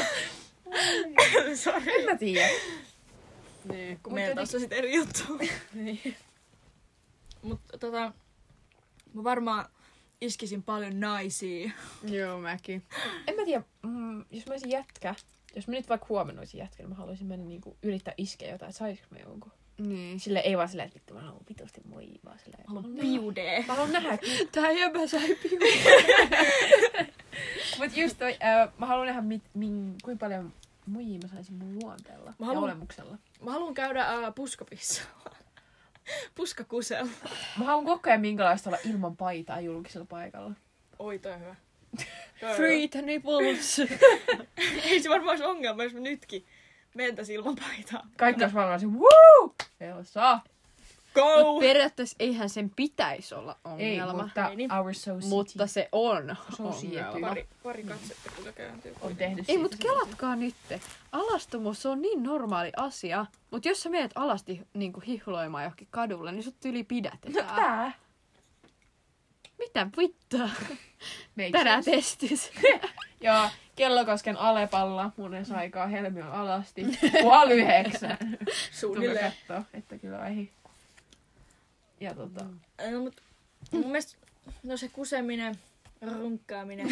Sori. En mä tiedä. Niin. Kun meillä taas on sit eri juttu. Niin. Mutta mä varmaan iskisin paljon naisia. Joo, mäkin. En mä tiedä, jos mä olisin jätkä, jos mä nyt vaikka huomenna olisin jätkä, niin mä haluaisin mennä niinku yrittää iskeä jotain, että saisinko mä jonkun. Niin. Sille ei vaan silleen, että vittu mä haluan vitusti moi, vaan silleen. Haluan piudee. Mä haluan nähdä, Tää jäbä sai piu. mut just toi, mä haluan nähdä, kuinka paljon muijia mä saisin mun luonteella ja olemuksella. Mä haluan käydä puskapissalla. Puskakusella. Mä haluan koko ajan minkälaista olla ilman paitaa julkisella paikalla. Oi, toi on hyvä. Free the nipples. Ei se varmaan olisi ongelma, jos mä nytkin mentäis ilman paitaa. Kaikki olisi varmaan se, woo! Elsa! Go! Mut periaatteessa eihän sen pitäisi olla Ei, ongelma. mutta Ei niin. our society Mutta se on Society. ongelma. Pari katsetta kyllä kääntyy. on tehnyt Ei, siitä mutta kelatkaa nyt. Alastomuus on niin normaali asia. Mutta jos sä meet alasti niin hihloimaan johonkin kadulle, niin sut yli No pidätetään. tää. Mitä vittua? Makes Tänään sense. testis. Ja Kellokosken Alepalla mun aikaa helmi on alasti 8:30. Suunnilleen. Kattoo, että kyllä ei. Ja No, mut mun mielestä se kuseminen, runkkaaminen,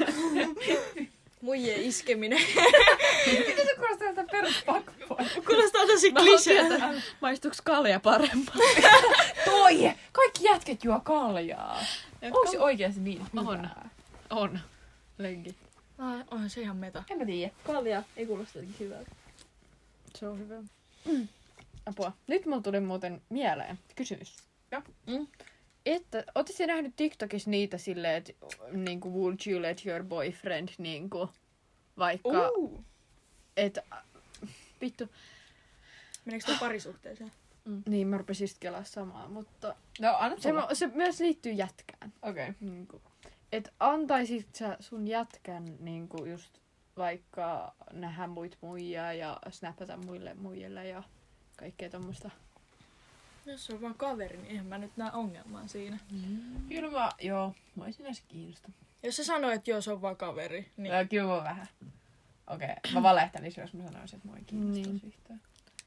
muijien iskeminen. Miten se kuulostaa jotain peruspakkoa? Kuulostaa tosi kliseeltä. Maistuuks kalja parempaa? Toi! Kaikki jätket juo kaljaa. Onko se oikeasti niin On. hyvää? On. Legit. Onhan se ihan meta. En mä tiedä. Kalja ei kuulosta jotenkin hyvältä. Se on hyvä. Apua. Nyt mulla tuli muuten mieleen kysymys. Joo. Että, ootte nähnyt TikTokissa niitä silleen, että niinku, would you let your boyfriend niinku, vaikka, että, vittu, Meneekö toi parisuhteeseen? niin mä rupesin just kelaa samaa, mutta No, anna se myös liittyy jätkään. Okei. Niinku, että antaisit sä sun jätkän niinku just vaikka nähdä muit muijaa ja snapata muille muijille ja kaikkea tommoista. Jos se on vaan kaveri, niin eihän mä nyt näe ongelmaa siinä. Kyllä mä, joo, mä olisin edes kiinnostunut. Jos se sanoo, että joo, se on vaan kaveri, niin No, kyllä mä vähän. Okei, mä valehtelisin, jos mä sanoisin, että mua ei kiinnostaisi Niin. yhtään.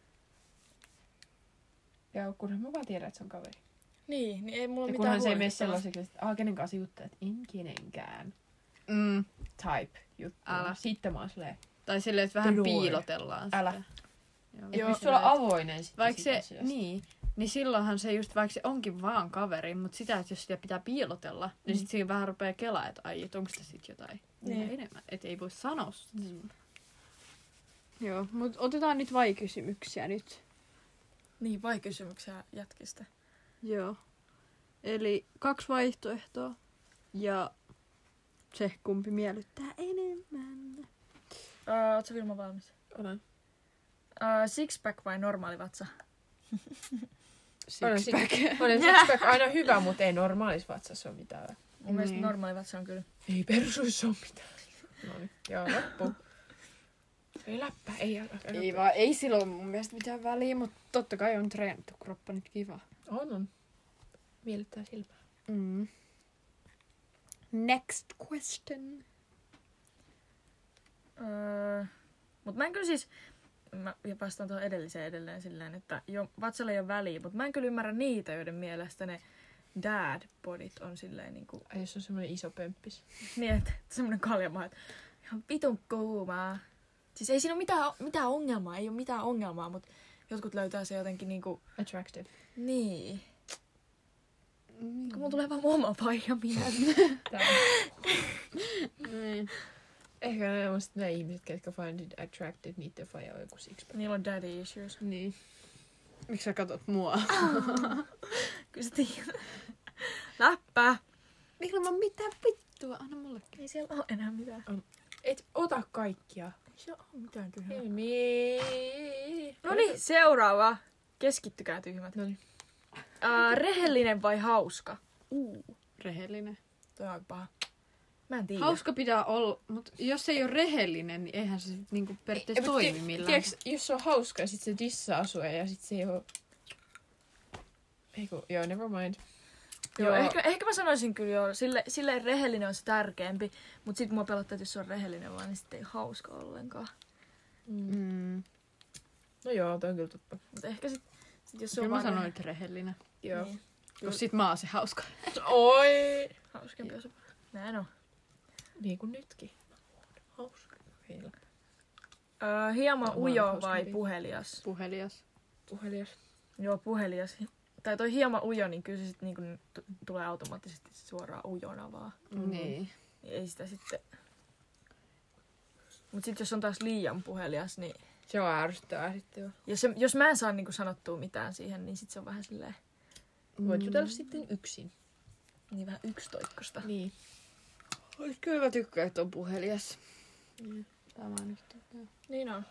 Ja kunhan mä vaan tiedän, että se on kaveri. niin ei mulla Ja mitään kunhan se ei mene huolehdittavaa. sellaiseksi, että kenen kanssa juttuja, että en kenenkään type juttu. Älä. Sitten mä oon silleen, Tai silleen, että vähän Joo. piilotellaan sitä. älä. Joo. Et pystyy olla avoinen sitten Vaikka siitä se, asiasta. niin silloinhan se just, vaikka se onkin vaan kaveri, mutta sitä, että jos sitä pitää piilotella, niin sit siinä vähän rupeaa kelaa, että ai, et onko sitä sit jotain Niin. enemmän. Että ei voi sanoa sitä. Joo, mutta otetaan nyt vai-kysymyksiä nyt. Niin, vai kysymyksiä jätkistä. Joo. Eli 2 vaihtoehtoa. Ja se, kumpi miellyttää enemmän. Ootko Vilma valmis? Olen. Sixpack vai normaali vatsa? Olen Sixpack. Olen sixpack aina hyvä, mutta ei normaalis vatsassa ole mitään. Mun mielestä Niin. normaali vatsa on kyllä. Ei persuissa ole mitään. No niin, joo, loppu. Ei läppä, ei alkaa. Ei vaan, ei silloin mun mielestä mitään väliä, mutta totta kai on treenattu kroppa nyt kiva. On. Miellyttää silmää. Next question. Mut mä en kyllä siis mä vastaan tuohon edelliseen edelleen silleen, että vatsalle ei ole väliä, mutta mä en kyllä ymmärrä niitä, joiden mielestä ne dad-bodit on silleen niinku... Ai jos on semmonen iso pömppis. Niin, että semmonen kaljamaa, että ihan vitun kuumaa. Siis ei siinä ole mitään ongelmaa, ei ole mitään ongelmaa, mutta jotkut löytää se jotenkin niinku... Attractive. Niin. Kun mulla tulee vaan mun oma faija mieleen. Niin. Ehkä ne ihmiset, ketkä find it attractive, niiden faija on joku sixpack. Niillä on daddy issues. Niin. Miksi sä katot mua? Kyllä sä tiedät. Läppä! Ilman mitään vittua, anna mullekin. Ei siellä ole enää mitään. Et ota kaikkia. Ei siellä ole mitään tyhmää. Helmi. No niin, seuraava. Keskittykää tyhmät. Noniin. Rehellinen vai hauska? Rehellinen. Toi on aika paha. Mä en tiedä. Hauska pitää olla, mutta jos ei ole rehellinen, niin eihän se sit niinku periaatteessa toimi millään. Tiedätkö, jos se on hauska ja sit se dissaa sua ja sit se ei oo... Joo, never mind. Joo, ehkä mä sanoisin kyllä joo. Silleen rehellinen on se tärkeämpi, mutta sit mua pelottaa, että jos se on rehellinen vaan, niin sit ei hauska ollenkaan. No joo, toi on kyllä totta. Mutta ehkä sit jos se Kyllä on mä vaan sanoin, että rehellinen. Joo. Niin. Koska sit mä oon se hauska. Oi! Hauskempi on se. Näin on. Niin kuin nytkin. Hauska. Vielä. Hieman Tämä on ujo hauskempi. vai puhelias? Puhelias. Puhelias. Joo, puhelias. Tai toi hieman ujo, niin kyllä se sit niinku tulee automaattisesti suoraan ujona vaan. Niin. Ei sitä sitten... Mut sit jos on taas liian puhelias, niin... Se on ärsyttävää sitten jo. Ja jos mä en saa niinku sanottua mitään siihen, niin sit se on vähän silleen... Voit jutella sitten yksin. Niin vähän yksitoikkosta. Niin. Kyllä mä tykkään, että on puhelias. Tämä on nyt. Niin on.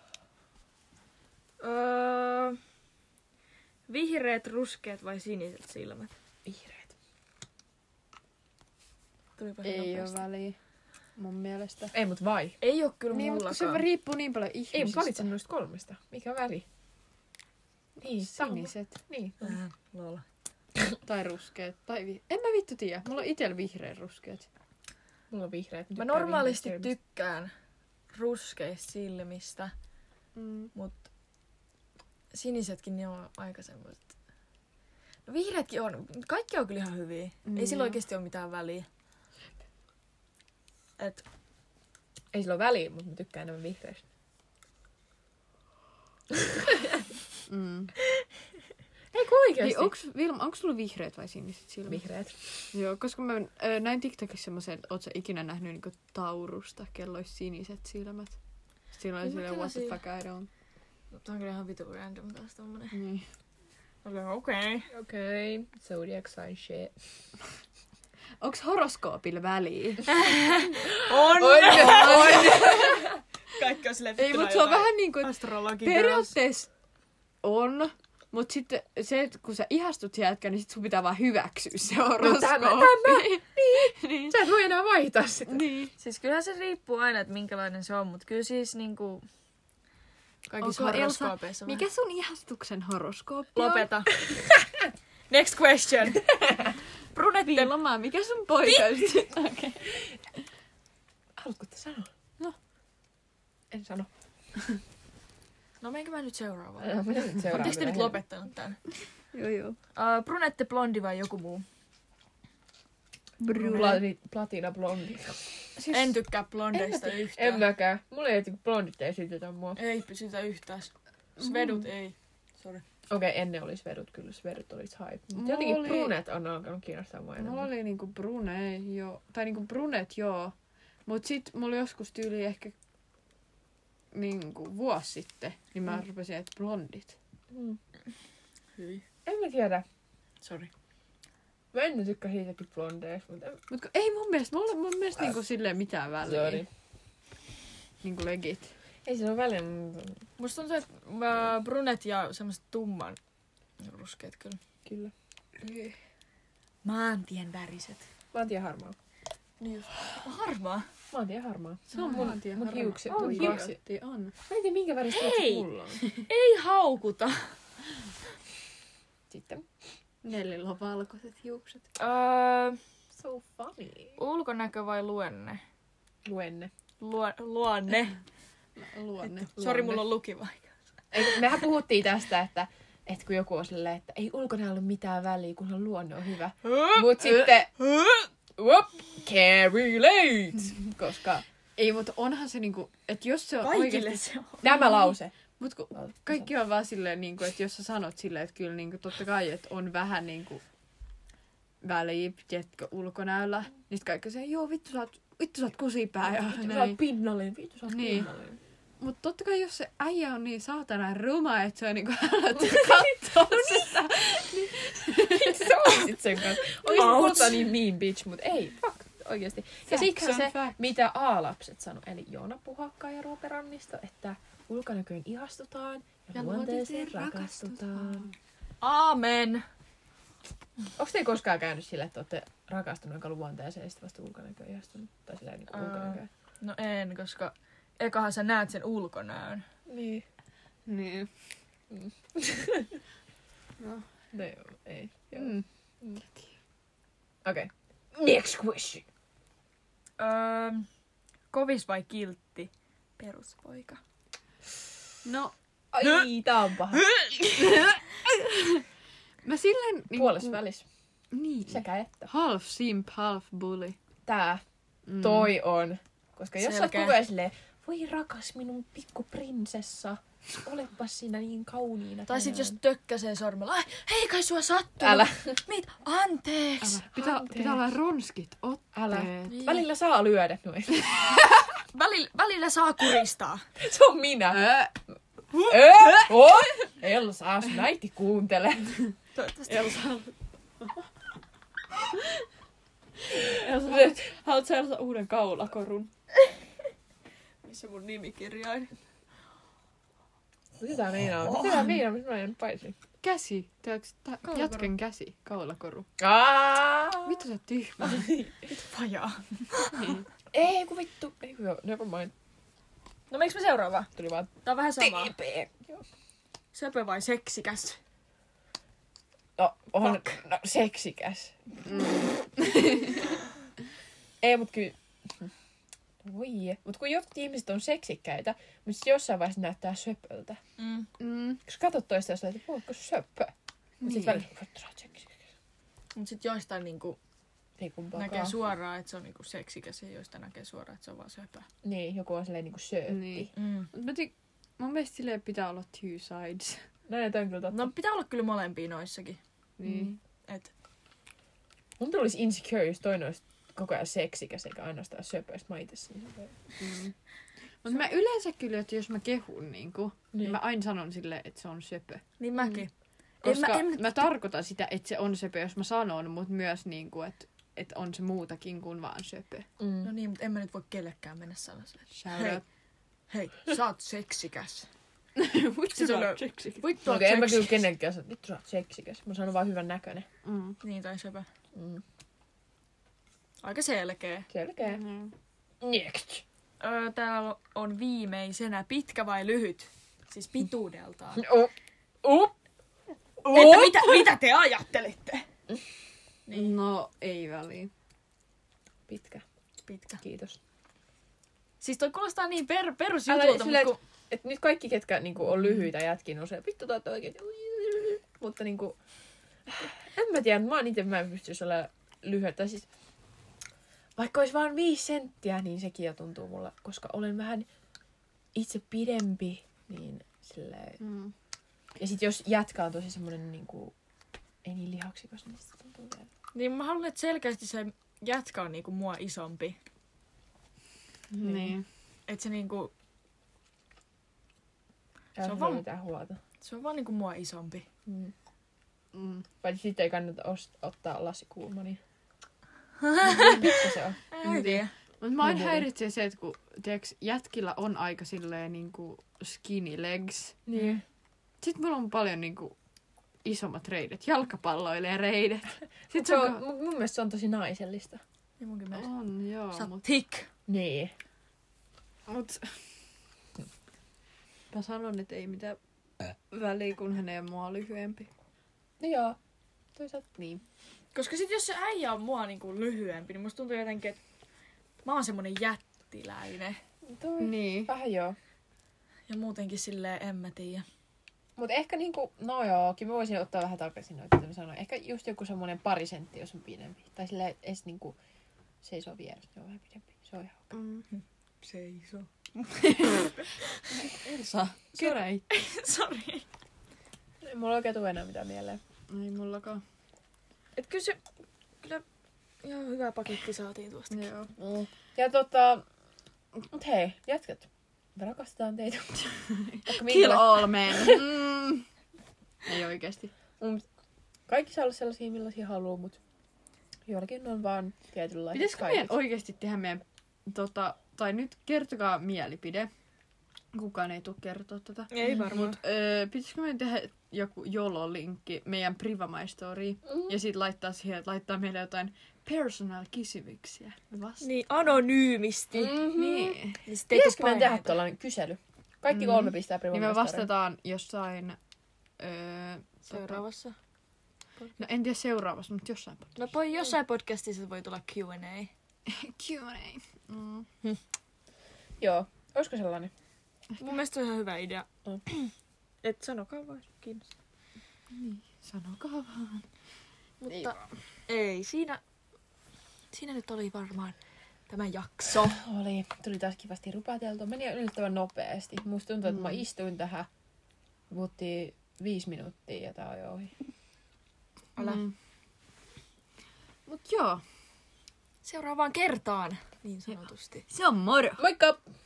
Vihreät, ruskeat vai siniset silmät? Vihreät. Tulipa Ei ole nopeasti. väliä. Mun mielestä. Ei mut vai. Ei oo kyllä Niin, mutta kun se mullakaan. riippuu niin paljon Ei mut ihmisistä. valitsen noista kolmesta. Mikä väri? Niin, Siniset. Niin. Lol. Tai ruskeat. En mä vittu tiedä. Mulla on itellä vihreän ruskeat. Mulla on vihreät. Mä normaalisti tykkään ruskeista silmistä, mut sinisetkin ne on aika semmoiset. No vihreätkin on. Kaikki on kyllä ihan hyviä. Ei sillä oikeesti ole mitään väliä. Et Ei sillä ole väliä, mutta mä tykkään enemmän vihreistä. Ei kun oikeesti. Niin, onks sulla vihreät vai siniset silmät? Vihreät. Joo, koska mä näin TikTokissa semmoisen, oot sä ikinä nähnyt niinku Taurusta, kello olisi siniset silmät. Sillä oli Niin mä silleen, what the kelasin. fuck, I don't. Tämä on kyllä ihan vitu random taas tommonen. Niin. Okei. Okei. Zodiac sign shit. Onks horoskoopilla väliä? On! On! Kaikki on silleen Ei, mutta se on vähän niinku, että astrologi periaatteessa on, mut sitten se, että kun sä ihastut jätkään, niin sit sun pitää vaan hyväksyä se horoskooppi. Niin. Sä et voi enää vaihtaa sitä. Niin. Siis kyllähän se riippuu aina, että minkälainen se on, mutta kyllä siis niinku kaikissa Onko Elsa, horoskoopeissa mikä sun ihastuksen horoskooppi on? Lopeta. Next question. Brunetti. Viilomaa, mikä sun poikaystävä? Okei. Haluatko te sanoa? No. En sano. No menkö mä nyt seuraavaan? Seuraava. Te nyt lopettanut tän? Joo. Brunetti, blondi vai joku muu? Platina blondi. Siis en tykkää blondeista yhtään. En mäkään. Mulla ei blondit esitetä mua. Ei pysytä yhtään. Svedut ei. Sori. Okei, ennen oli svedut, kyllä svedut olis hype. Mutta Mulla jotenkin oli- brunet on alkanut kiinnostaa mua enemmän. Mulla oli niinku brunet joo. Mut sit mulla joskus tyyli ehkä niinku vuosi sitten, niin mä rupesin, että blondit. Hyi. En mä tiedä. Sori. Mä en tykkää siitäkin blondeista, mutta... Mut kun ei mun mielestä niinku silleen mitään väliä. Sorry. Niinku legit. Ei sillä ole väliä, mutta... Musta tuntuu, että brunet ja semmoset tumman ruskeat kyllä. Kyllä. Maantien väriset. Maantie harmaa. Niin just. Harmaa. Maantie harmaa. Se on Mut hiukset. On, Mut hiukset. on. Mä en tiedä minkä väristä Hei! mulla on. Ei haukuta. Sitten. Nellillä on valkoiset hiukset. So funny. Ulkonäkö vai luenne? Luenne. Luonne. Luonne. Sori, mulla on lukivaikeus. Mehän puhuttiin tästä, että kun joku on silleen, että ei ulkona ole mitään väliä, kunhan luonne on hyvä. Mut sitten, can't relate, koska Ei, mutta onhan se niinku, että jos se on Kaikille oikeesti... se on. tämä lause. Mut kun kaikki on vaan silleen, niinku, että jos sä sanot silleen, että kyllä niinku, totta kai, että on vähän niinku väliä, tiedätkö, ulkonäöllä, niin sit kaikki on se, joo, vittu sä oot kusipää ja Vittu, sä näin. oot pinnallinen, vittu sä oot Niin. pinnallinen. Mut totta kai jos se äijä on niin saatana ruma, että se on niinku älytty kattoo sitä. Sä olisit sen kanssa. Oikeesti puhutaan niin mean bitch, mut ei, fuck, oikeesti. Ja siksi on se, fact. mitä A-lapset sano, eli Joona Puhakka ja Roope Rannisto, että ulkonäköön ihastutaan ja luonteeseen rakastutaan. Aamen. Onko te koskaan käynyt sillä, että olette rakastunut aika luonteeseen ja sitten vasta ulkonäköön ihastunut? Tai sillä niin ulkonäköön? No en, koska ekahan sä näet sen ulkonäön. Niin. Niin. No joo, ei. Joo. Mm. Okei. Next question. Kovis vai kiltti? Peruspoika. No, Ai, tää on paha. mä silleen... Niinku, Puolessa välissä. Niin. Sekä että. Half simp, half bully. Tää. Toi on. Koska jos sä oot Selkeä. koko ajan silleen, voi rakas minun pikkuprinsessa, olepas siinä niin kauniina. Tai sit tänään." jos tökkäsee sormella, ai, hei kai sua sattuu. Älä. Mit? Anteeksi. Älä. Pitää olla ronskit otteet. Älä. Niin. Välillä saa lyödä noin. Välillä saa kuristaa. Se on minä. Elsa, sun äiti kuuntele. Toivottavasti. Haluatko sä Elsa uuden kaulakorun? Missä mun nimikirjain? Mitä tää meinaa? Mitä tää meinaa? Mitä mä jäänyt paitsi? Käsi. Kaulakoru. Jätken käsi. Kaulakoru. Vittu. Vittu sä tyhmä. Vajaa. Niin. Ei kun vittu. Ei kun joo, never mind. No meiks me seuraava? Tuli vaan Tää on vähän samaa. TP. Joo. Söpö vai seksikäs? No, on seksikäs. Ei, mut kyllä... Voi. Mut kun jotkut ihmiset on seksikkäitä, mutta sit jossain vaiheessa näyttää söpöltä. Koska katsot toista ja että voitko söpö? Mut sit välillä, vittu sä oot seksikäs. Mut sit joistain niinku Ei kumpaakaan. näkee suoraan, että se on niinku seksikäs ja joistain näkee suoraan, että se on vaan söpö. Niin, joku on silleen niinku söötti. Niin. Mm. Mun mielestä silleen pitää olla two sides. Näin, toi on kyllä totta. No pitää olla kyllä molempia noissakin. Niin. Et Mun tulisi insecure, jos toinen olisi koko ajan seksikäs, eikä ainoastaan söpö, mä itse silleen. Mutta mä yleensä kyllä, että jos mä kehun niinku, Niin. niin mä aina sanon silleen, että se on söpö. niin mäkin. Koska En mä tarkoitan sitä, että se on söpö, jos mä sanon, mutta myös niinku, että on se muutakin kuin vaan söpö. No niin, mutta en mä nyt voi kellekään mennä sellaiselle. Shout Hei. out. Hei, sä oot seksikäs. Vittu sä sä oot oot seksikäs. Vittu Okei, en mä kyllä seksikäs. kenenkään sano, vittu sä oot seksikäs. Mä sanon vaan hyvän näköinen. Niin, tai söpö. Mm. Aika selkeä. Selkeä. Next. Täällä on viimeisenä pitkä vai lyhyt? Siis pituudeltaan. Että mitä te ajattelitte? Niin. No, ei väliin. Pitkä. Pitkä. Kiitos. Siis toi kuulostaa niin Älä perusjutulta, silleen, mutta et nyt kaikki, ketkä niinku on lyhyitä jätkin, on se, vittu toi oikein. Mutta niinku, en mä tiedä, mä en pystyisi olla lyhyt. Tai siis, vaikka olisi vaan 5 senttiä, niin sekin jo tuntuu mulla, koska olen vähän itse pidempi, niin silleen. Ja sit jos jätkä on tosi semmonen niinku, ei niin lihaksikas, niin sitä tuntuu vielä. niin mä haluan, että selkeästi se jätkä on niinku mua isompi. Niin. Että se niinku, Se on on vaan- mitään huolta. se on vaan niinku mua isompi. Vai sitten ei kannata ottaa lasikuuma, niin pitkä se on. Ei tiedä. Mutta mä aina Niin. häiritsee se, että kun tiiäks, jätkillä on aika silleen niinku skinny legs. Niin. Sitten mulla on paljon niinku isommat reidet, jalkapalloilee reidet. Sitten Se on, mun mielestä se on tosi naisellista. Niin munkin mielestä. On, joo, Sä oot mut thick. Niin. mä sanon, että ei mitään väliä, kun hän ei ole mua lyhyempi. No joo. Toisaalta Niin. Koska sit jos se äijä on mua niinku lyhyempi, niin musta tuntuu jotenkin, että mä oon semmonen jättiläinen. toi Niin. vähän joo. Ja muutenkin silleen en mä tiedä. Mut ehkä niinku, no joo, kyllä mä voisin ottaa vähän takaisin noita, mitä mä sanoin. Ehkä just joku semmonen pari senttiä, jos on pidempi. Tai silleen edes niinku seisoo vieressä, niin on vähän pidempi. Se on ihan okei. Seiso. Elsa, sore. Sori. Ei mulla oikein tule enää mitään mieleen. Ei mullakaan. Et kyllä ihan hyvä paketti saatiin tuosta. Joo. Ja mut hei, jätkät. Me rakastetaan teitä. Kill all men. Ei oikeesti. Kaikki saa olla sellaisia, millaisia haluaa, mut jollakin on vaan tietynlaiset Pitäisikö meidän oikeesti tehdä meidän, tai nyt kertokaa mielipide. Kukaan ei tule kertoa tätä. Ei varmaan. Pitäisikö meidän tehdä joku YOLO-linkki meidän Privamai-storiin ja sit laittaa meille jotain personal kysymyksiä vastaan. Niin, anonyymisti. Niin. Niin sit ei tuu Pitäisikö meidän tehdä paineita. tuollainen kysely? Kaikki 3 pistää Niin Privamai me vastataan jossain... Seuraavassa. No en tiedä seuraavassa, mutta jossain No jossain podcastissa voi tulla Q&A. Q&A. Joo, olisiko sellainen? Mun mielestä se on ihan hyvä idea. Et sanokaa vaan, jos kiinnostaa. Niin, sanokaa vaan. Mutta ei, siinä nyt oli varmaan tämä jakso. Tuli taas kivasti rupateltua. Meni yllättävän nopeasti. Musta tuntuu, että mä istuin tähän. Puhuttiin 5 minuuttia ja tää on jo ohi. Mut joo. Seuraavaan kertaan, niin sanotusti. Se on moro! Moikka!